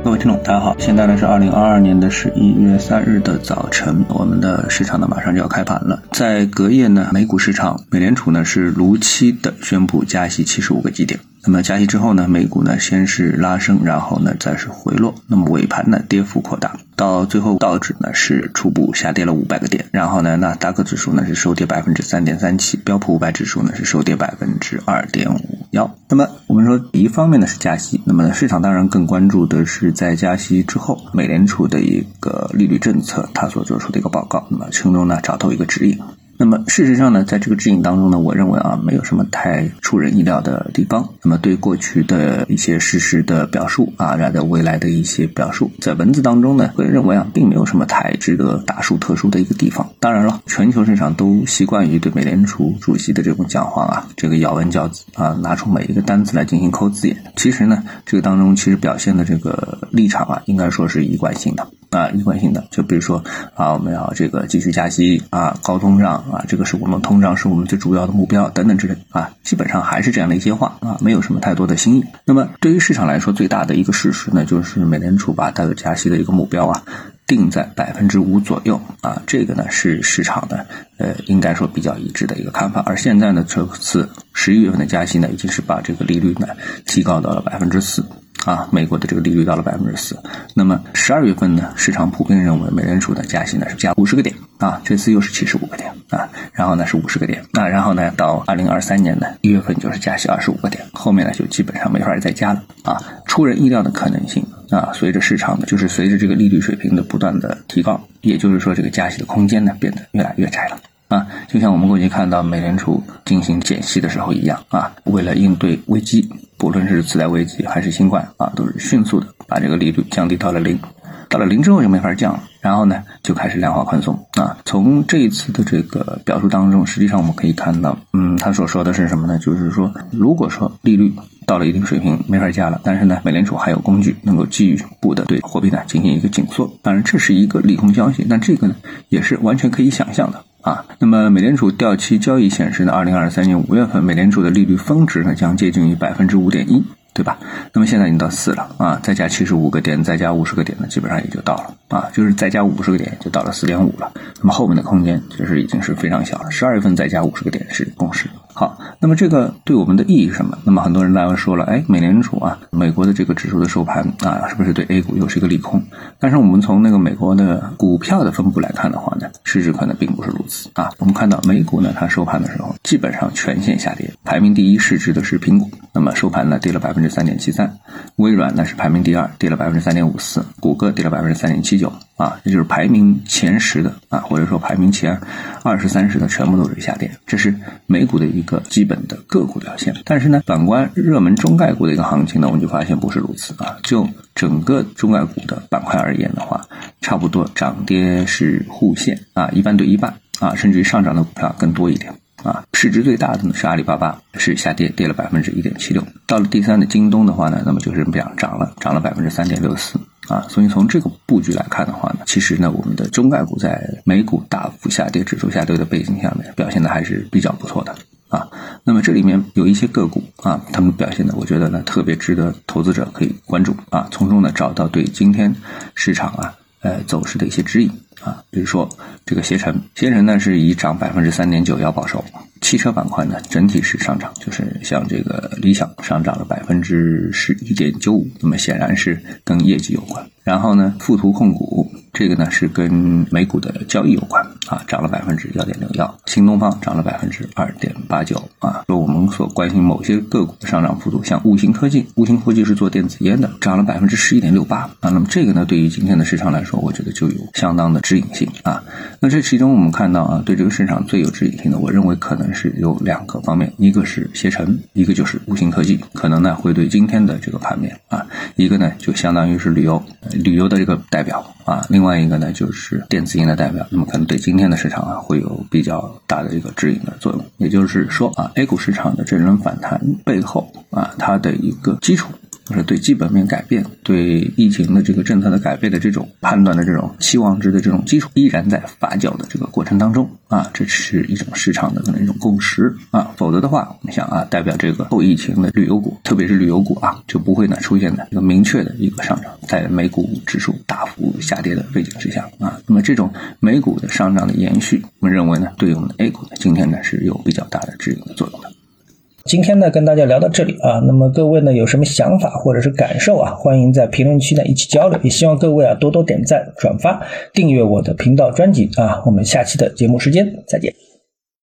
各位听众大家好，现在呢是2022年的11月3日的早晨，我们的市场呢马上就要开盘了。在隔夜呢，美股市场美联储呢是如期的宣布加息75个基点。那么加息之后呢，美股呢先是拉升，然后呢再是回落，那么尾盘呢跌幅扩大，到最后道指呢是初步下跌了500个点，然后呢纳斯达克指数呢是收跌 3.37%， 标普500指数呢是收跌 2.51%。那么我们说一方面呢是加息，那么市场当然更关注的是在加息之后美联储的一个利率政策它所做出的一个报告，那么从中呢找到一个指引。那么事实上呢，在这个指引当中呢，我认为没有什么太出人意料的地方。那么对过去的一些事实的表述然后未来的一些表述，在文字当中呢，会认为并没有什么太值得大书特书的一个地方。当然了，全球市场都习惯于对美联储主席的这种讲话这个咬文嚼字拿出每一个单词来进行抠字眼。其实呢，这个当中其实表现的这个立场应该说是一贯性的。就比如说我们要这个继续加息高通胀这个是我们通胀是我们最主要的目标等等之类基本上还是这样的一些话没有什么太多的新意。那么对于市场来说，最大的一个事实呢，就是美联储把它的加息的一个目标定在 5% 左右这个呢是市场的应该说比较一致的一个看法。而现在呢，这次11月份的加息呢，已经是把这个利率呢提高到了 4%。美国的这个利率到了 4%。 那么12月份呢，市场普遍认为美联储的加息呢是加50个点这次又是75个点然后呢是50个点然后呢到2023年呢1月份就是加息25个点，后面呢就基本上没法再加了出人意料的可能性随着市场的就是随着这个利率水平的不断的提高，也就是说这个加息的空间呢变得越来越窄了就像我们过去看到美联储进行减息的时候一样为了应对危机，不论是次贷危机还是新冠都是迅速的把这个利率降低到了0，到了0之后就没法降了，然后呢就开始量化宽松从这一次的这个表述当中，实际上我们可以看到他所说的是什么呢？就是说如果说利率到了一定水平没法加了，但是呢美联储还有工具能够进一步的对货币呢进行一个紧缩。当然这是一个利空消息，但这个呢也是完全可以想象的那么美联储掉期交易显示呢，2023年5月份美联储的利率峰值呢将接近于 5.1%， 对吧？那么现在已经到4了再加75个点，再加50个点呢，基本上也就到了就是再加50个点就到了 4.5 了。那么后面的空间就是已经是非常小了，12月份再加50个点是共识。好，那么这个对我们的意义是什么？那么很多人大概说了，美联储美国的这个指数的收盘是不是对 A 股又是一个利空？但是我们从那个美国的股票的分布来看的话呢，事实可能并不是如此我们看到美股呢，它收盘的时候基本上全线下跌，排名第一市值的是苹果，那么收盘呢跌了 3.73%， 微软呢是排名第二，跌了 3.54%， 谷歌跌了 3.79%也就是排名前10的或者说排名前20、30的全部都是下跌，这是美股的一个基本的个股表现。但是呢，反观热门中概股的一个行情呢，我们就发现不是如此就整个中概股的板块而言的话，差不多涨跌是互现一半对一半甚至于上涨的股票更多一点市值最大的呢是阿里巴巴，是下跌，跌了 1.76%。 到了第三的京东的话呢，那么就是涨了 3.64%。所以从这个布局来看的话呢，其实呢我们的中概股在美股大幅下跌、指数下跌的背景下面，表现的还是比较不错的那么这里面有一些个股他们表现的我觉得呢特别值得投资者可以关注从中呢找到对今天市场走势的一些指引比如说这个携程呢是以涨 3.91% 保守。汽车板块呢整体是上涨，就是像这个理想上涨了 11.95%， 那么显然是跟业绩有关。然后呢富途控股这个呢是跟美股的交易有关涨了 1.61%。 新东方涨了 2.89%说我们所关心某些个股的上涨幅度，像悟性科技是做电子烟的，涨了 11.68%那么这个呢对于今天的市场来说，我觉得就有相当的指引性那这其中我们看到对这个市场最有指引性的，我认为可能是有2个方面，一个是携程，一个就是悟性科技，可能呢会对今天的这个盘面一个呢就相当于是旅游的这个代表另外一个呢就是电子烟的代表，那么可能对今天的市场会有比较大的一个指引的作用。也就是说A 股市场的这轮反弹背后它的一个基础或者对基本面改变、对疫情的这个政策的改变的这种判断的这种期望值的这种基础依然在发酵的这个过程当中啊，这是一种市场的可能一种共识啊，否则的话，我们想啊，代表这个后疫情的旅游股，特别是旅游股啊，就不会呢出现的一个明确的一个上涨，在美股指数大幅下跌的背景之下啊，那么这种美股的上涨的延续，我们认为呢，对于我们的 A 股呢，今天呢是有比较大的指引的作用的。 今天呢跟大家聊到这里啊，那么各位呢有什么想法或者是感受啊，欢迎在评论区呢一起交流，也希望各位啊多多点赞、转发、订阅我的频道专辑啊，我们下期的节目时间再见。